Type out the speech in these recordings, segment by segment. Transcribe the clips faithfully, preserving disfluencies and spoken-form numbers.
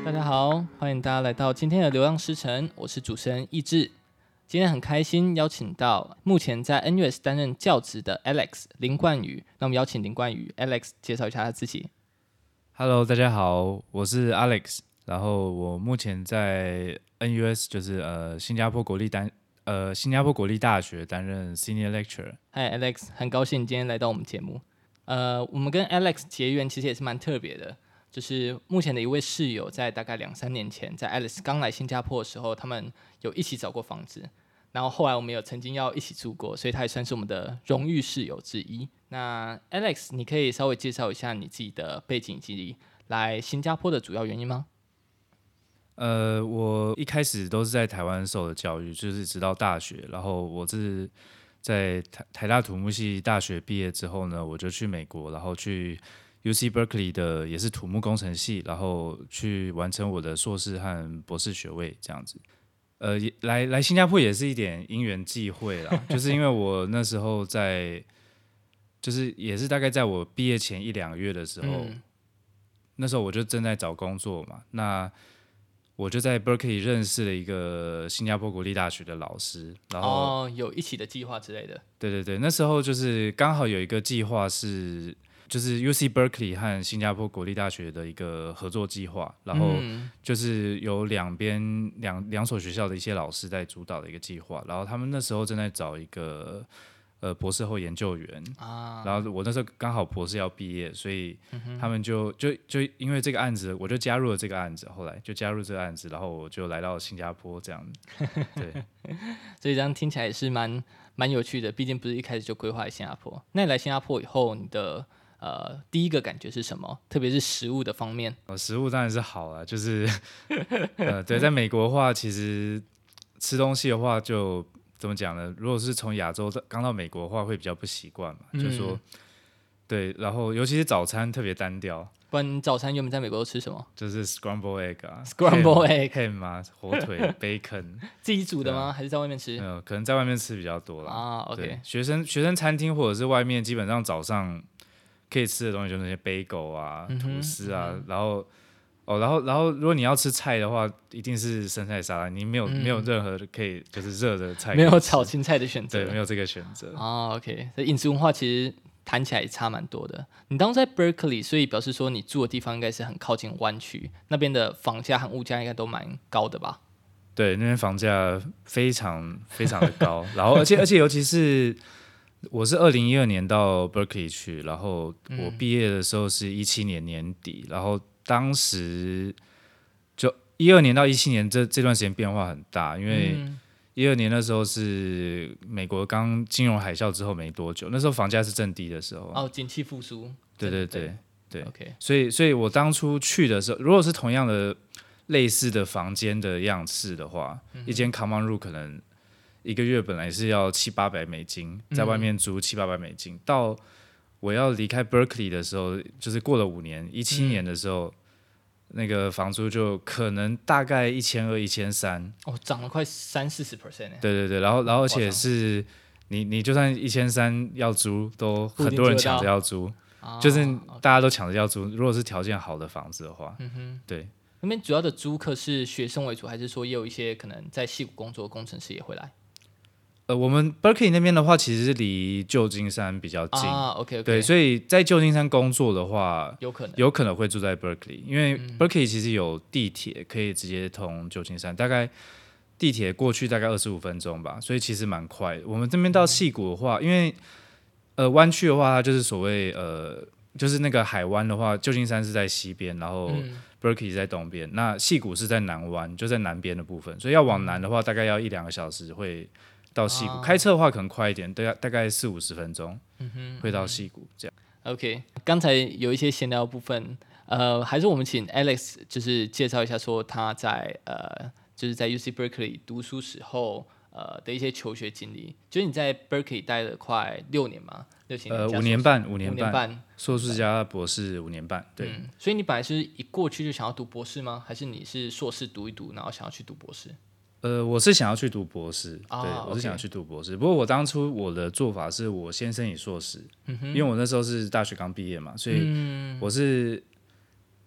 大家好，欢迎大家来到今天的流浪诗城，我是主持人易志。今天很开心邀请到目前在 N U S 担任教职的 Alex 林冠宇，那我们邀请林冠宇 Alex 介绍一下他自己。 Hello， 大家好，我是 Alex， 然后我目前在 N U S 就是呃新加坡国立单呃新加坡国立大学担任 Senior Lecturer。 嗨 Alex， 很高兴你今天来到我们节目。呃，我们跟 Alex 结缘其实也是蛮特别的，就是目前的一位室友，在大概两三年前，在 Alex 刚来新加坡的时候，他们有一起找过房子，然后后来我们有曾经要一起住过，所以他也算是我们的荣誉室友之一。那 Alex， 你可以稍微介绍一下你自己的背景以及来新加坡的主要原因吗？ 呃，我一开始都是在台湾受的教育，就是直到大学，然后我是在 台, 台大土木系大学毕业之后呢，我就去美国，然后去 U C Berkeley 的也是土木工程系，然后去完成我的硕士和博士学位这样子。呃，来来新加坡也是一点因缘际会啦，就是因为我那时候在，就是也是大概在我毕业前一两个月的时候，嗯、那时候我就正在找工作嘛，那我就在 Berkeley 认识了一个新加坡国立大学的老师，然后、 哦、有一起的计划之类的。 对对对，那时候就是刚好有一个计划是。就是 U C Berkeley 和新加坡国立大学的一个合作计划，然后就是有两边两两所学校的一些老师在主导的一个计划，然后他们那时候正在找一个呃博士后研究员，啊、然后我那时候刚好博士要毕业，所以他们就就就因为这个案子，我就加入了这个案子，后来就加入这个案子，然后我就来到新加坡这样，对， 所以这样听起来也是蛮蛮有趣的，毕竟不是一开始就规划来新加坡。那你来新加坡以后，你的呃，第一个感觉是什么？特别是食物的方面。 哦，食物当然是好啊，就是呃，对，在美国的话，其实吃东西的话就，怎么讲呢？如果是从亚洲刚到美国的话，会比较不习惯嘛，嗯、就是说，对，然后尤其是早餐特别单调。 不然你早餐原本在美国都吃什么？ 就是 scramble egg 啊 ，scramble egg ham 啊，火腿 bacon， 自己煮的吗？还是在外面吃？ 没有，可能在外面吃比较多啦。 啊 ，OK， 学生学生餐厅或者是外面，基本上早上可以吃的东西就那些 bagel 啊、嗯、吐司啊，嗯、然后哦，然后然后如果你要吃菜的话，一定是生菜沙拉，你没有、嗯、没有任何可以就是热的菜， 没有炒青菜的选择， 对，没有这个选择啊。OK， 所以饮食文化其实谈起来也差蛮多的。你当时在 Berkeley， 所以表示说你住的地方应该是很靠近湾区，那边的房价和物价应该都蛮高的吧？ 对，那边房价非常非常的高，然后而且而且尤其是。我是二零一二年到 Berkeley 去，然后我毕业的时候是一七年年底，然后当时就一二年到一七年这这段时间变化很大，因为一二年那时候是美国刚金融海啸之后没多久，那时候房价是正低的时候， 哦，景气复苏， 对对对对 ，OK， 所以所以我当初去的时候，如果是同样的类似的房间的样式的话，嗯、一间 common room 可能。一个月本来是要七八百美金，在外面租七八百美金、嗯，到我要离开 Berkeley 的时候，就是过了五年，一七年的时候、嗯，那个房租就可能大概一千二、一千三， 哦，涨了快三四十 percent 对对对，然后然后而且是你你就算一千三要租，都很多人抢着要租，就是大家都抢着要租。如果是条件好的房子的话，嗯哼，对。 那边主要的租客是学生为主，还是说也有一些可能在矽谷工作的工程师也会来？ 呃，我们 Berkeley 那边的话，其实是离旧金山比较近啊 ，OK OK， 对，所以在旧金山工作的话， 有可能有可能会住在 Berkeley， 因为 Berkeley 其实有地铁可以直接通旧金山，大概地铁过去大概二十五分钟吧，所以其实蛮快的。我们这边到矽谷的话，因为呃湾区的话，它就是所谓呃就是那个海湾的话，旧金山是在西边，然后 Berkeley 在东边，那矽谷是在南湾，就在南边的部分，所以要往南的话，大概要一两个小时会。到矽谷、啊、开车的话可能快一点，大概大概四五十分钟、嗯、会到矽谷这样。 OK， 刚才有一些闲聊的部分，呃，还是我们请 Alex 就是介绍一下，说他在呃就是在 U C Berkeley 读书时候呃的一些求学经历。就是你在 Berkeley 待了快六年嘛，六七年， 呃，五年半，五年半， 五年半， 硕士加博士五年半，对、 嗯。所以你本来是一过去就想要读博士吗？还是你是硕士读一读，然后想要去读博士？ 呃，我是想要去读博士， 啊、 对， okay. 我是想要去读博士。不过我当初我的做法是我先申请硕士、嗯，因为我那时候是大学刚毕业嘛，所以我是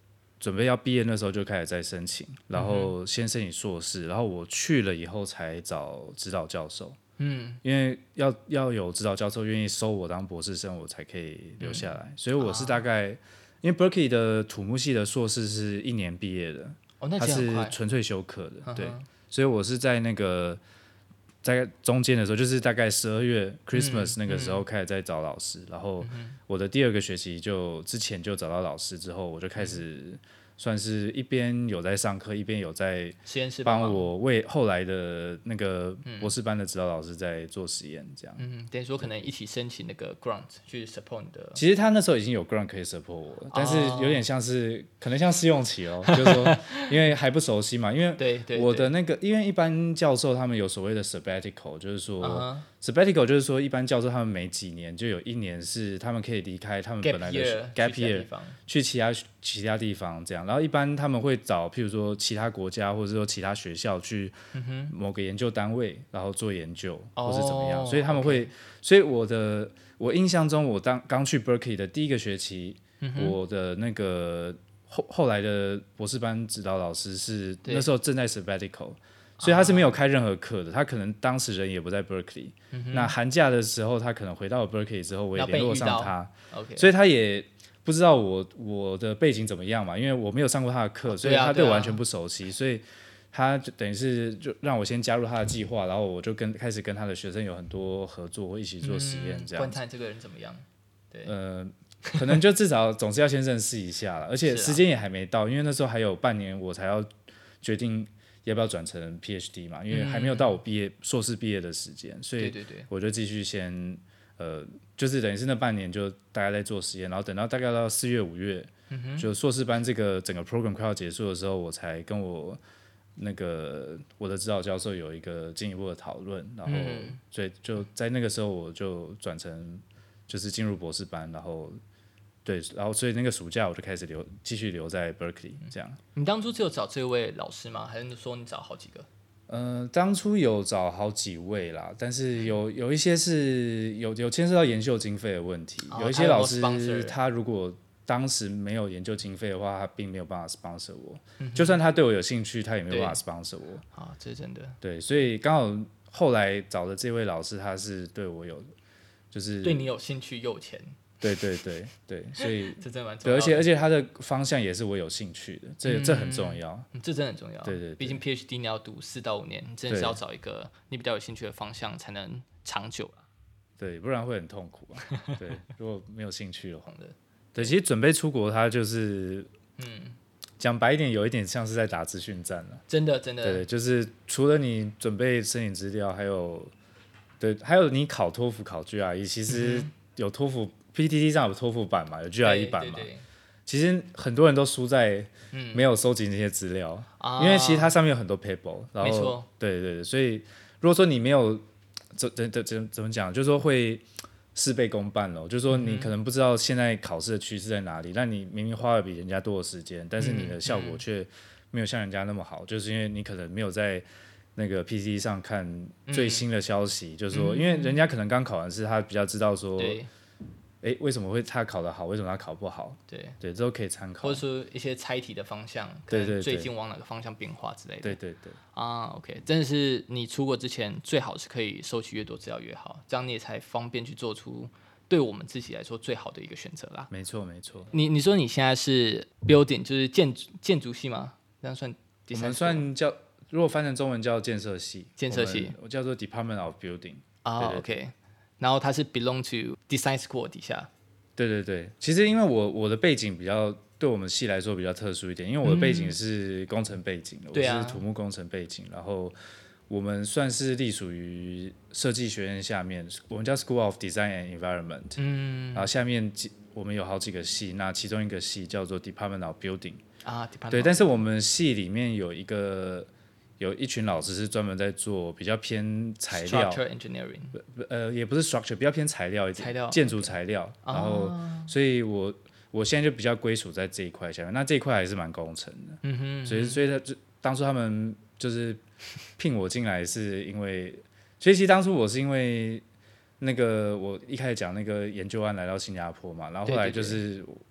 准备要毕业那时候就开始在申请，然后先申请硕士，然后我去了以后才找指导教授。嗯，因为要要有指导教授愿意收我当博士生，我才可以留下来。嗯、所以我是大概，啊、因为 Berkeley 的土木系的硕士是一年毕业的， 哦、那它是纯粹修课的，呵呵对，所以我是在那个在中间的时候，就是大概十二月 Christmas 那个时候开始在找老师，嗯、然后我的第二个学期就之前就找到老师，之后我就开始。算是一边有在上课，一边有在实验室帮我为后来的那个博士班的指导老师在做实验，这样。 嗯，等于说可能一起申请那个 grant 去 support 你的。 其实他那时候已经有 grant 可以 support 我了，但是有点像是、哦、可能像试用期哦，就是说因为还不熟悉嘛，因为我的那个，因为一般教授他们有所谓的 sabbatical， 就是说。Uh-huh. sabbatical 就是说，一般教授他们每几年就有一年是他们可以离开他们本来的 gap year 去其他其他地方这样，然后一般他们会找譬如说其他国家或者说其他学校去某个研究单位，然后做研究、嗯、或是怎么样，所以他们会， okay. 所以我的我印象中，我当刚去 Berkeley 的第一个学期，嗯、我的那个后后来的博士班指导老师是那时候正在 sabbatical。所以他是没有开任何课的，他可能当时人也不在 Berkeley、嗯。那寒假的时候，他可能回到了 Berkeley 之后，我也联络上他，所以他也不知道我我的背景怎么样嘛，因为我没有上过他的课，所以他对我完全不熟悉，所以他就等于是就让我先加入他的计划，然后我就跟开始跟他的学生有很多合作，一起做实验这样。 观察这个人怎么样？对， 呃，可能就至少总是要先认识一下了，而且时间也还没到，因为那时候还有半年我才要决定。要不要转成 P H D 嘛？因为还没有到我毕业、嗯、硕士毕业的时间，所以我就继续先呃，就是等于是那半年就大概在做实验，然后等到大概到四月五月、嗯，就硕士班这个整个 program 快要结束的时候，我才跟我那个我的指导教授有一个进一步的讨论，然后、嗯、所以就在那个时候我就转成就是进入博士班，然后。对，然后所以那个暑假我就开始留，继续留在 Berkeley 这样。 你当初只有找这位老师吗？还是说你找好几个？ 呃，当初有找好几位啦，但是有有一些是有有牵涉到研究经费的问题，哦、有一些老师他如果当时没有研究经费的话，他并没有办法 sponsor 我、嗯。就算他对我有兴趣，他也没有办法 sponsor 我。 啊，这是真的。 对，所以刚好后来找的这位老师，他是对我有，就是对你有兴趣又有钱。 对对对对，所以这真的蛮重要的。 对，而且而且他的方向也是我有兴趣的，这、嗯、这很重要。 这真的很重要。 对对对， 毕竟 P H D 你要读四到五年，你真的是要找一个你比较有兴趣的方向，才能长久啊。 对，不然会很痛苦啊。对，如果没有兴趣的话。对，其实准备出国，它就是嗯，讲白一点，有一点像是在打资讯战了。 真的真的。 对，就是除了你准备申请资料，还有对，还有你考托福、考 G R E， 其实有托福。P T T 上有托福版嘛，有 G R E 版嘛，其实很多人都输在没有收集那些资料、嗯，因为其实它上面有很多 paper， 然后对对对，所以如果说你没有怎怎怎怎么讲，就是说会事倍功半咯，就是说你可能不知道现在考试的趋势在哪里，但你明明花了比人家多的时间，但是你的效果却没有像人家那么好，就是因为你可能没有在那个 P T T 上看最新的消息，嗯、就是说，因为人家可能刚考完试，他比较知道说。哎，为什么会他考得好？为什么他考不好？ 对对，这都可以参考。 或者说一些猜题的方向，可能最近往哪个方向变化之类的。 对对对。 啊 ，OK， 真的是你出国之前最好是可以收取越多资料越好，这样你也才方便去做出对我们自己来说最好的一个选择啦。 没错没错。 你你说你现在是 building， 就是建筑建筑系吗？这样算？ 我们算叫，如果翻成中文叫建设系。 建设系， 我, 我叫做 Department of Building。 啊 ，OK。然后它是 belong to design school 底下。 对对对，其实因为我我的背景比较对我们系来说比较特殊一点，因为我的背景是工程背景的、嗯，我是土木工程背景，然后我们算是隶属于设计学院下面，我们叫 School of Design and Environment， 嗯，然後下面我们有好几个系，那其中一个系叫做 Department of Building 啊 ，Department， 对，但是我们系里面有一个。有一群老师是专门在做比较偏材料 ，structure engineering， 呃，也不是 structure， 比较偏材料一点， 材料建筑材料。Okay. 然后， oh. 所以我我现在就比较归属在这一块下面。那这一块还是蛮工程的，嗯哼，所以所以他就当初他们就是聘我进来，是因为，所以其实当初我是因为那个我一开始讲那个研究案来到新加坡嘛，然后后来就是。对对对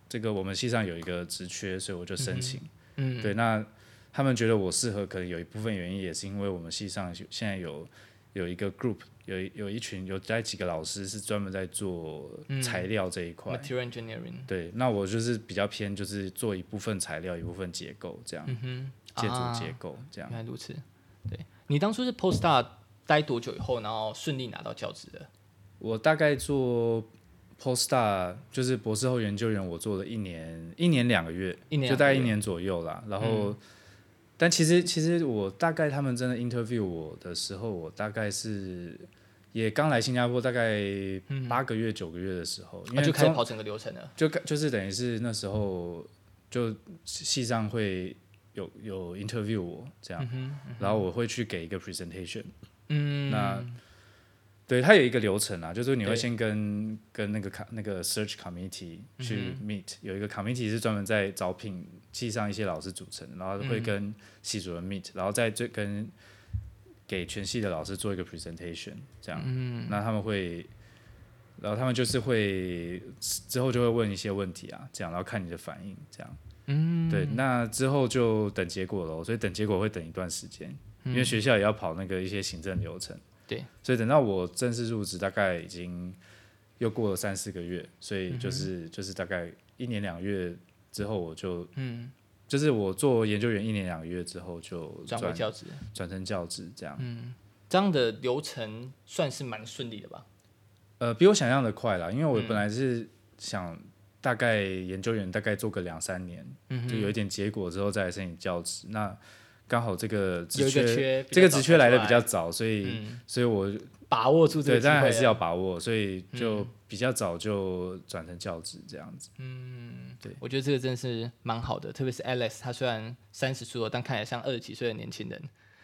这个我们系上有一个职缺，所以我就申请。 嗯， 对，那他们觉得我适合，可能有一部分原因也是因为我们系上现在有有一个 group， 有有一群有在几个老师是专门在做材料这一块、 嗯、，material engineering。 对，那我就是比较偏就是做一部分材料，一部分结构这样， 嗯哼， 建筑结构这样。 原来如此。对，你当初是 postdoc 待多久以后，然后顺利拿到教职的？ 我大概做 postdoc 就是博士后研究员，我做了一年一年两个月， 一年就大概一年左右啦。然后，嗯、但其实其实我大概他们真的 interview 我的时候，我大概是也刚来新加坡，大概八个月九、嗯、个月的时候，因为、 啊、就开始跑整个流程了。 就就是等于是那时候就系上会有有 interview 我这样、嗯嗯，然后我会去给一个 presentation。嗯，那。对，它有一个流程啊，就是你会先跟跟那个那个 search committee 去 meet，、嗯、有一个 committee 是专门在招聘系上一些老师组成，然后会跟系主任 meet，、嗯、然后再跟给全系的老师做一个 presentation， 这样，嗯、那他们会，然后他们就是会之后就会问一些问题啊，这样，然后看你的反应，这样，嗯，对，那之后就等结果咯，所以等结果会等一段时间，因为学校也要跑那个一些行政流程。 对， 所以等到我正式入职，大概已经又过了三四个月，所以就是、嗯、就是大概一年两月之后，我就嗯，就是我做研究员一年两个月之后就转为教职， 转成教职这样。 嗯，这样的流程算是蛮顺利的吧？ 呃，比我想象的快啦，因为我本来是想大概研究员大概做个两三年、嗯，就有一点结果之后再来申请教职。那刚好这个职缺，这个职缺来的比较早，所以、嗯、所以我把握住这个机会， 对，当然还是要把握，所以就比较早就转成教职这样子。 嗯，对，我觉得这个真的是蛮好的，特别是 Alex， 他虽然三十出头，但看起来像二十几岁的年轻人。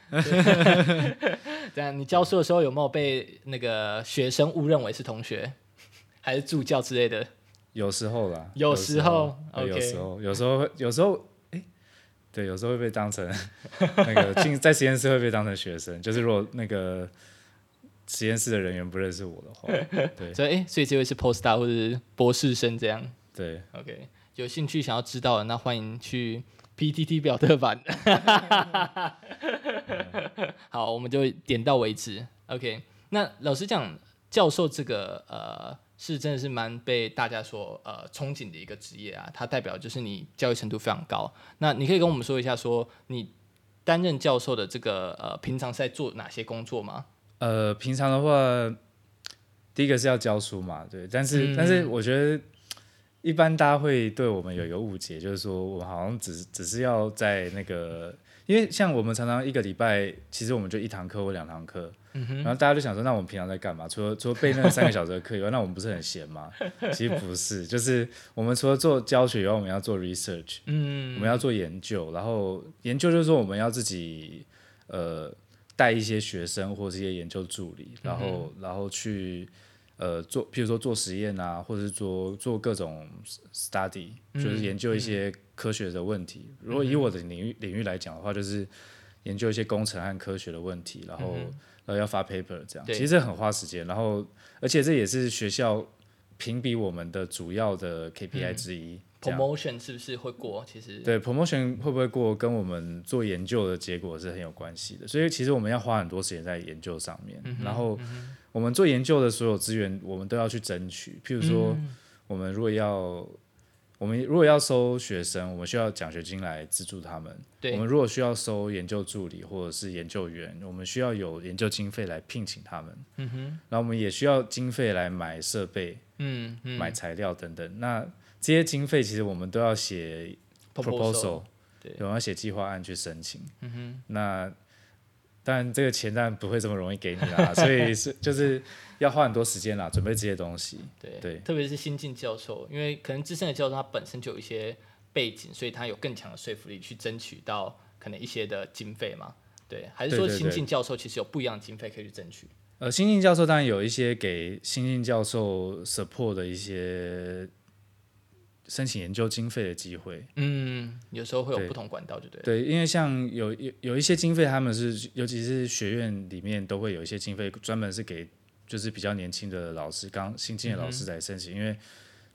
这样，你教书的时候有没有被那个学生误认为是同学，还是助教之类的？ 有时候啦， 有时候， 有时候， okay. 有时候，有时候，有时候。对，有时候会被当成那个进在实验室会被当成学生，就是如果那个实验室的人员不认识我的话，对， 所以哎，所以这位是 postdoc 或者是博士生这样。 对 ，OK， 有兴趣想要知道的，那欢迎去 P T T 表特版。好，我们就点到为止。OK， 那老实讲，教授这个呃。是真的是蛮被大家所呃憧憬的一个职业啊，它代表就是你教育程度非常高。那你可以跟我们说一下，说你担任教授的这个呃平常是在做哪些工作吗？ 呃，平常的话，第一个是要教书嘛，对，但是、嗯、但是我觉得一般大家会对我们有一个误解，就是说我们好像只只是要在那个，因为像我们常常一个礼拜，其实我们就一堂课或两堂课。嗯、然后大家就想说，那我们平常在干嘛？除了除了背那三个小时的课以外，那我们不是很闲吗？其实不是，就是我们除了做教学以外，我们要做 research，嗯，我们要做研究。然后研究就是说我们要自己呃带一些学生或是一些研究助理，然后、嗯、然后去呃做，譬如说做实验啊，或者是做做各种 study，、嗯、就是研究一些科学的问题。如果以我的领域领域来讲的话，就是研究一些工程和科学的问题，然后。嗯然后要发 paper 这样，其实这很花时间，然后而且这也是学校评比我们的主要的 K P I 之一。 嗯、promotion 是不是会过？其实对 promotion 会不会过，跟我们做研究的结果是很有关系的。所以其实我们要花很多时间在研究上面，嗯、然后我们做研究的所有资源，我们都要去争取。譬如说，我们如果要我们如果要收学生，我们需要奖学金来资助他们。我们如果需要收研究助理或者是研究员，我们需要有研究经费来聘请他们。嗯哼，然后我们也需要经费来买设备、嗯嗯、买材料等等。那这些经费其实我们都要写 proposal， 对，我们要写计划案去申请。嗯哼，那当然这个钱当然不会这么容易给你啦，所以是就是要花很多时间啦，准备这些东西。 对， 对， 特别是新进教授，因为可能资深的教授他本身就有一些背景，所以他有更强的说服力去争取到可能一些的经费嘛。对，还是说新进教授其实有不一样的经费可以去争取？ 呃，新进教授当然有一些给新进教授 support 的一些申请研究经费的机会。 嗯，有时候会有不同管道，就对了。 对，因为像有有有一些经费，他们是尤其是学院里面都会有一些经费，专门是给就是比较年轻的老师，刚新进的老师来申请，嗯、因为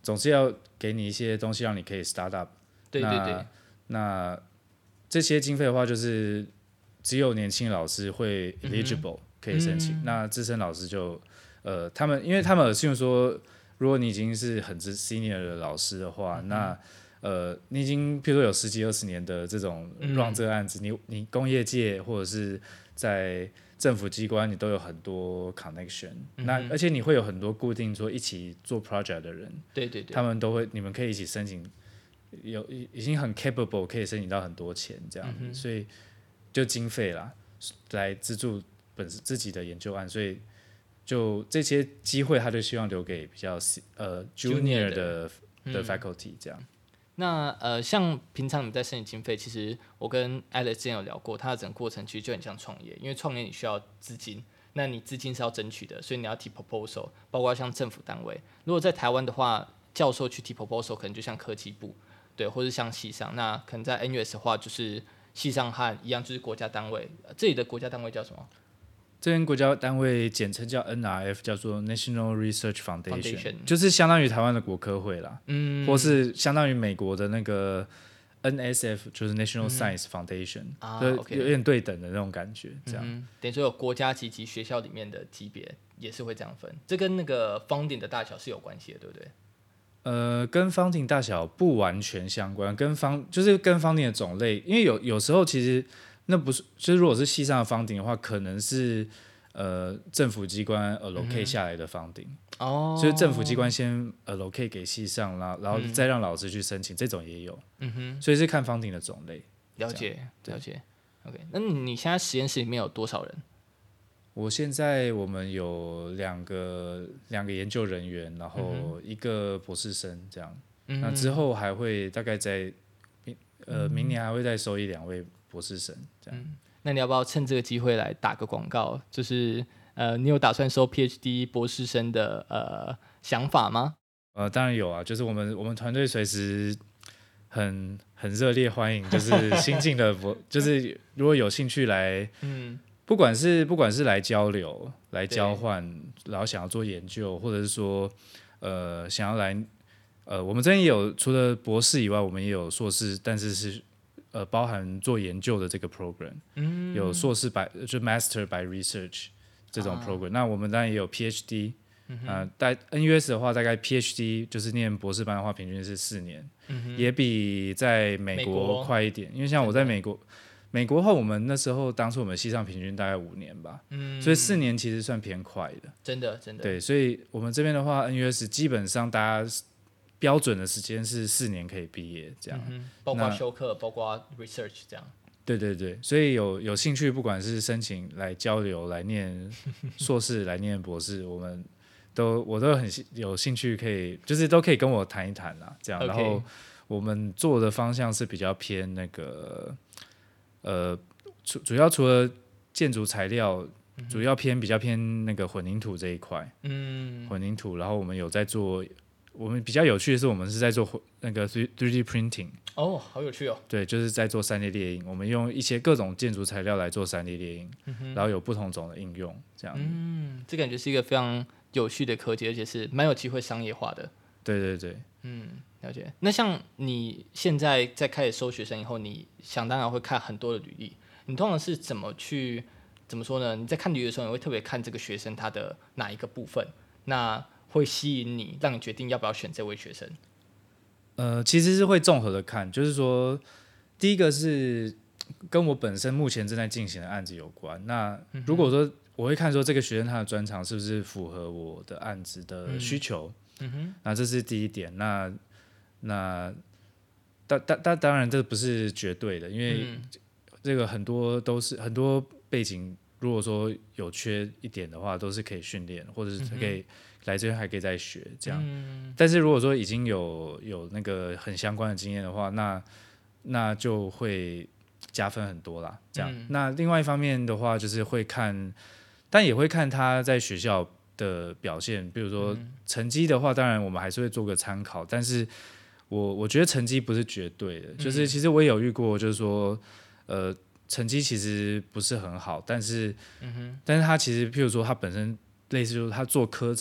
总是要给你一些东西让你可以 start up。 对对对。 那, 那这些经费的话，就是只有年轻老师会 eligible、嗯、可以申请，嗯、那资深老师就呃，他们因为他们 assume 说，如果你已经是很 senior 的老师的话，嗯、那呃，你已经譬如说有十几二十年的这种 run 这个案子，嗯、你你工业界或者是在政府机关，你都有很多 connection，嗯、那而且你会有很多固定说一起做 project 的人， 对对对， 他们都会，你们可以一起申请，有已经很 capable 可以申请到很多钱这样子，嗯、所以就经费啦，来资助本自己的研究案，所以就这些机会，他就希望留给比较呃 junior 的 的, 的 faculty 这样。 那呃，像平常你们在申请经费，其实我跟 Alex 之前有聊过，它的整个过程其实就很像创业，因为创业你需要资金，那你资金是要争取的，所以你要提 proposal， 包括像政府单位。如果在台湾的话，教授去提 proposal 可能就像科技部，对，或是像系上。那可能在 N U S 的话，就是系上和一样，就是国家单位。这里的国家单位叫什么？ 这边国家单位简称叫 N R F， 叫做 National Research Foundation，, Foundation 就是相当于台湾的国科会啦， 嗯， 或是相当于美国的那个 N S F， 就是 National Science Foundation，、嗯啊、就有点对等的那种感觉，这样。 嗯、等于说有国家级及学校里面的级别也是会这样分，这跟那个 funding 的大小是有关系的，对不对？ 呃，跟 funding 大小不完全相关，跟方就是跟 funding 的种类，因为有有时候其实。那不是，就是如果是系上的 funding 的话，可能是呃政府机关 allocate 下来的 funding，哦，所以政府机关先 allocate 给系上，然后然后再让老师去申请，嗯、这种也有，嗯哼，所以是看 funding 的种类。 了解，了解。OK， 那你现在实验室里面有多少人？ 我现在我们有两个两个研究人员，然后一个博士生这样，嗯、那之后还会大概在呃明年还会再收一两位。博士生这样、嗯， 那你要不要趁这个机会来打个广告？就是呃，你有打算收 PhD 博士生的呃想法吗？ 呃，当然有啊，就是我们我们团队随时很很热烈欢迎，就是新进的博，就是如果有兴趣来，嗯，不管是不管是来交流、来交换，然后想要做研究，或者是说呃想要来，呃，我们这边也有除了博士以外，我们也有硕士，但是是。呃，包含做研究的这个 program，、嗯、有硕士 by 就 master by research 这种 program、啊。那我们当然也有 PhD， 嗯、呃，在 N U S 的话，大概 PhD 就是念博士班的话，平均是四年、嗯，也比在美国快一点。因为像我在美国，美国的话，我们那时候当初我们系上平均大概五年吧，嗯、所以四年其实算偏快的。 真的，真的。 对，所以我们这边的话 ，N U S 基本上大家。标准的时间是四年可以毕业，这样， 嗯、包括修课，包括 research 这样。 对对对，所以有有兴趣，不管是申请来交流、来念硕士、来念博士，我们都我都很有兴趣，可以就是都可以跟我谈一谈啦，这样。Okay. 然后我们做的方向是比较偏那个，呃，主主要除了建筑材料，嗯、主要偏比较偏那个混凝土这一块，嗯，混凝土，然后我们有在做。我们比较有趣的是，我们是在做那个 三 D printing。 哦，好有趣哦。 对，就是在做三 D 列印。我们用一些各种建筑材料来做三 D 列印、嗯，然后有不同种的应用，这样。 嗯，这感觉是一个非常有趣的科技，而且是蛮有机会商业化的。 对对对。 嗯，了解。那像你现在在开始收学生以后，你想当然会看很多的履历。你通常是怎么去怎么说呢？你在看履历的时候，你会特别看这个学生他的哪一个部分？那会吸引你，让你决定要不要选这位学生？ 呃，其实是会综合的看，就是说，第一个是跟我本身目前正在进行的案子有关。那如果说我会看说这个学生他的专长是不是符合我的案子的需求，嗯哼，那这是第一点。那那当当当然这不是绝对的，因为这个很多都是很多背景，如果说有缺一点的话，都是可以训练，或者是可以。来这边还可以再学这样、嗯，但是如果说已经有有那个很相关的经验的话，那那就会加分很多啦。这样、嗯，那另外一方面的话，就是会看，但也会看他在学校的表现。比如说成绩的话，当然我们还是会做个参考，但是我我觉得成绩不是绝对的，就是其实我也有遇过，就是说呃成绩其实不是很好，但是、嗯、但是他其实譬如说他本身类似就是他做科展。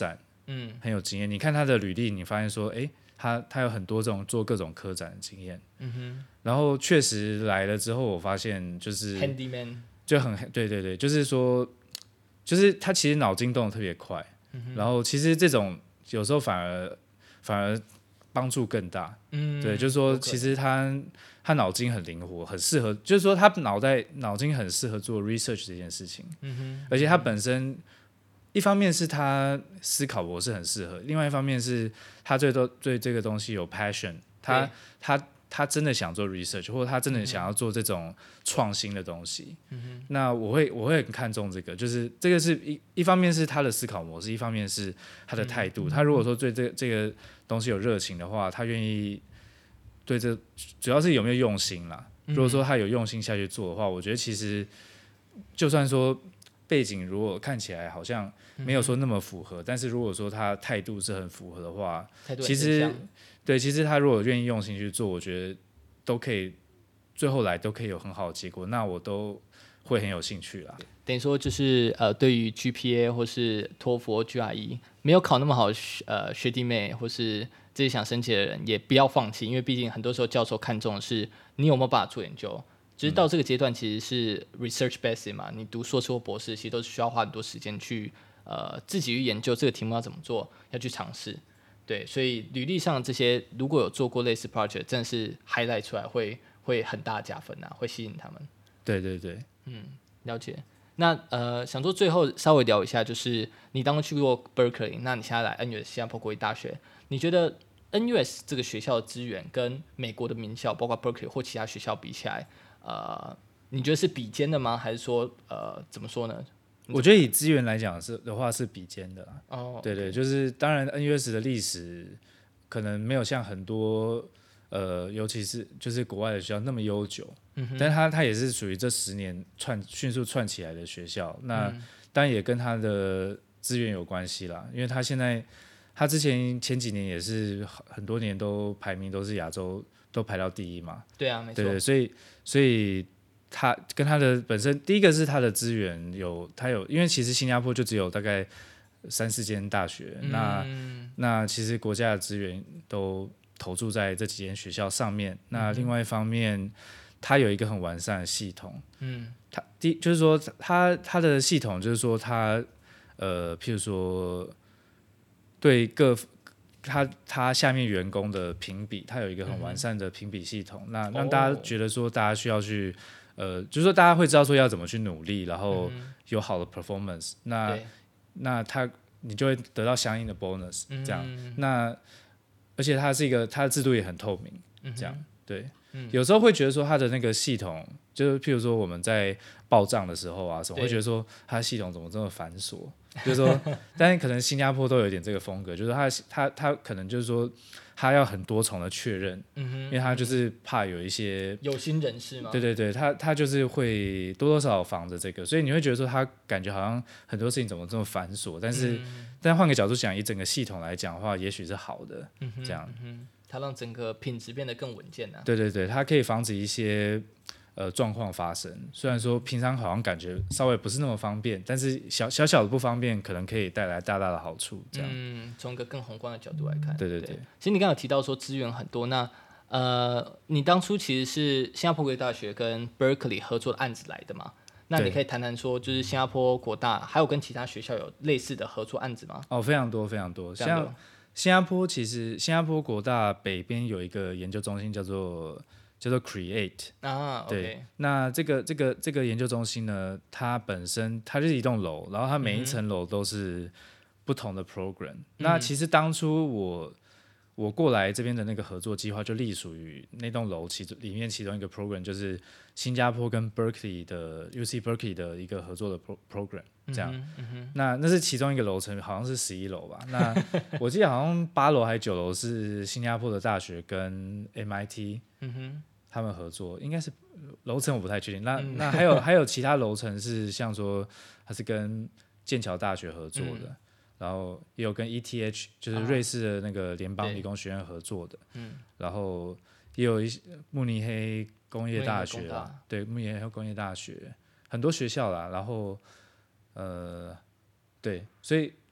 嗯，很有经验。你看他的履历，你发现说，哎，他他有很多这种做各种科展的经验。嗯哼。然后确实来了之后，我发现就是 handyman 就很对对对，就是说，就是他其实脑筋动得特别快。嗯、然后其实这种有时候反而反而帮助更大。嗯，对，就是说其实他他脑筋很灵活，很适合，就是说他脑袋脑筋很适合做 research 这件事情。嗯哼，而且他本身。一方面是他思考模式很适合，另外一方面是他对对这个东西有 passion， 他他他真的想做 research， 或者他真的想要做这种创新的东西。嗯、那我会我会很看重这个，就是这个是一一方面是他的思考模式，一方面是他的态度。嗯、他如果说对这个这个东西有热情的话，他愿意对这主要是有没有用心啦。如果说他有用心下去做的话，我觉得其实就算说。背景如果看起来好像没有说那么符合，嗯、但是如果说他态度是很符合的话，其实对，其实他如果愿意用心去做，我觉得都可以，最后来都可以有很好的结果，那我都会很有兴趣啦。 等于说就是呃，对于 G P A 或是托福、G R E 没有考那么好的呃学弟妹或是自己想升级的人，也不要放弃，因为毕竟很多时候教授看重的是你有没有办法做研究。就是到这个阶段，其实是 research based 嘛，你读硕士或博士，其实都是需要花很多时间去呃自己去研究这个题目要怎么做，要去尝试。对，所以履历上这些如果有做过类似 project， 真的是 highlight 出来会会很大加分啊，会吸引他们。 对对对， 嗯，了解。那呃，想说最后稍微聊一下，就是你当初去过 Berkeley， 那你现在来 N U S 新加坡国立大学，你觉得 N U S 这个学校的资源跟美国的名校，包括 Berkeley 或其他学校比起来？呃，你觉得是比肩的吗？还是说，呃，怎么说呢？ 我觉得以资源来讲是的话是比肩的啦。 哦， 对对，就是当然 N U S 的历史可能没有像很多呃，尤其是就是国外的学校那么悠久，嗯、但是它它也是属于这十年串迅速串起来的学校。那、嗯、当然也跟它的资源有关系啦，因为它现在它之前前几年也是很多年都排名都是亚洲。都排到第一嘛？ 对啊，没错。 对，所以所以他跟他的本身，第一个是他的资源有，他有，因为其实新加坡就只有大概三四间大学，嗯、那那其实国家的资源都投注在这几间学校上面。那另外一方面，它有一个很完善的系统。嗯，它第就是说，它它的系统就是说它，呃，譬如说对各。他他下面员工的评比，他有一个很完善的评比系统，嗯、那让大家觉得说大家需要去，呃，就是说大家会知道说要怎么去努力，然后有好的 performance，嗯、那那他你就会得到相应的 bonus，这样，嗯、那而且它是一个它的制度也很透明，这样对，嗯、有时候会觉得说它的那个系统，就是譬如说我们在报账的时候啊，什么会觉得说它的系统怎么这么繁琐。就是说，但是可能新加坡都有点这个风格，就是他他他可能就是说，他要很多重的确认，嗯、因为他就是怕有一些有心人士嘛。 对对对，他他就是会多多少少防着这个，所以你会觉得说他感觉好像很多事情怎么这么繁琐，但是、嗯、但换个角度讲，以整个系统来讲的话，也许是好的，嗯、这样， 嗯、它让整个品质变得更稳健啊。 对对对，它可以防止一些。呃，状况发生，虽然说平常好像感觉稍微不是那么方便，但是小小小的不方便，可能可以带来大大的好处。这样， 嗯，从一个更宏观的角度来看， 对对对。对其实你刚刚有提到说资源很多，那呃，你当初其实是新加坡国立大学跟 Berkeley 合作的案子来的嘛？那你可以谈谈说，就是新加坡国大还有跟其他学校有类似的合作案子吗？ 哦，非常多非常多，像新加坡其实新加坡国大北边有一个研究中心叫做。叫做 Create 啊， 对， okay. 那这个这个这个研究中心呢，它本身它就是一栋楼，然后它每一层楼都是不同的 program、嗯。那其实当初我我过来这边的那个合作计划，就隶属于那栋楼其中里面其中一个 program， 就是新加坡跟 Berkeley 的 U C Berkeley 的一个合作的 pro, program， 这样。嗯嗯嗯、那那是其中一个楼层，好像是十一楼吧。那我记得好像八楼还是九楼是新加坡的大学跟 M I T。嗯哼。他们合作应该是楼层我不太确定，那、嗯、那还有还有其他楼层是像说它是跟剑桥大学合作的，嗯、然后也有跟 E T H 就是瑞士的那个联邦理工学院合作的，嗯、然后也有一些慕尼黑工业大学啦，对，慕尼黑工业大学很多学校啦，然后呃对，所以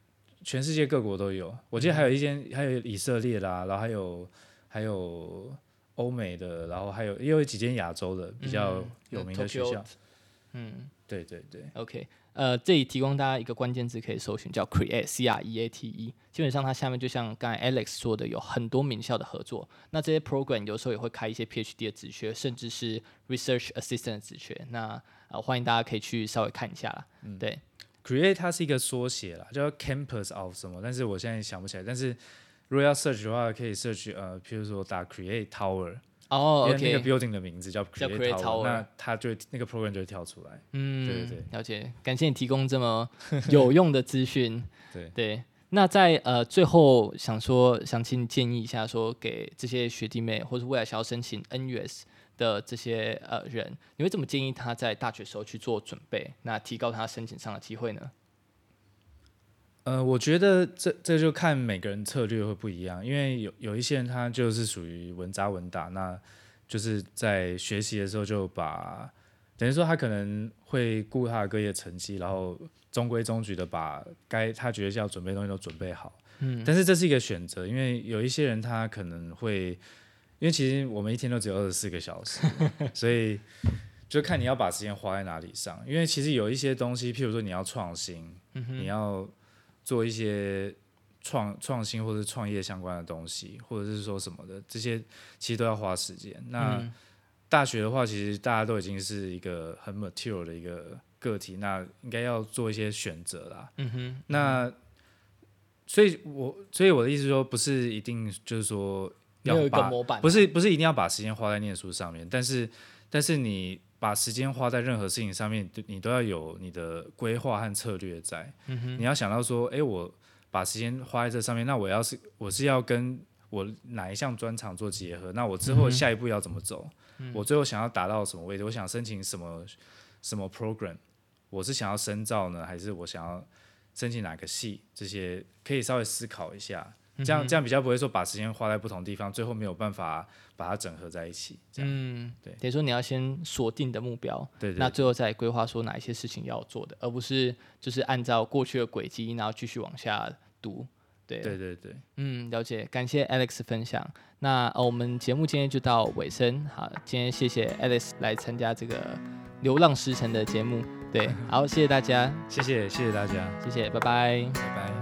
全世界各国都有。我记得还有一间，还有以色列啦，然后还有还有欧美的，然后还有也有几间亚洲的比较有名的学校。 嗯，嗯对对对。 OK， 呃，这里提供大家一个关键字可以搜寻，叫 Create C R E A T E。基本上它下面就像刚才 Alex 说的，有很多名校的合作。那这些 program 有时候也会开一些 PhD 的职缺，甚至是 Research Assistant 的职缺。那呃，欢迎大家可以去稍微看一下啦。嗯、对 ，Create 它是一个缩写啦，叫 Campus of 什么，但是我现在想不起来。但是如果要 search 的话，可以 search 呃，譬如说打 Create Tower。 哦、 因为那个 ，OK， building 的名字叫 Create, 叫 Create Tower，, Tower 那它就那个 program 就会跳出来。 嗯， 对对对， 了解，感谢你提供这么有用的资讯。 对对，那在呃最后想说，想请你建议一下，说给这些学弟妹或者未来想要申请 N U S 的这些呃人，你会怎么建议他在大学时候去做准备，那提高他申请上的机会呢？ 呃，我觉得这这就看每个人策略会不一样，因为有有一些人他就是属于稳扎稳打，那就是在学习的时候就把，等于说他可能会顾他的各业成绩，然后中规中矩的把该他觉得要准备的东西都准备好。嗯，但是这是一个选择，因为有一些人他可能会，因为其实我们一天都只有二十四个小时，所以就看你要把时间花在哪里上。因为其实有一些东西，譬如说你要创新，嗯、你要做一些创创新或者创业相关的东西，或者是说什么的，这些其实都要花时间。那大学的话，其实大家都已经是一个很 mature 的一个个体，那应该要做一些选择啦。嗯哼，那所以我所以我的意思说，不是一定就是说要把有一个模板， 不是不是一定要把时间花在念书上面，但是但是你把时间花在任何事情上面，你都要有你的规划和策略在。嗯、你要想到说，哎、欸，我把时间花在这上面，那我要是我是要跟我哪一项专长做结合，那我之后下一步要怎么走？嗯、我最后想要达到什么位置？我想申请什么什么 program？ 我是想要深造呢，还是我想要申请哪个系？这些可以稍微思考一下。这样这样比较不会说把时间花在不同地方，最后没有办法把它整合在一起。嗯，对。 等于说你要先锁定的目标， 对 对, 对， 那最后再规划说哪一些事情要做的，而不是就是按照过去的轨迹，然后继续往下读。对对对对， 嗯，了解，感谢 Alex 分享。那、呃、我们节目今天就到尾声，好，今天谢谢 Alex 来参加这个流浪时辰的节目，对，好，谢谢大家， 谢谢谢谢大家， 谢谢，拜拜， 拜拜。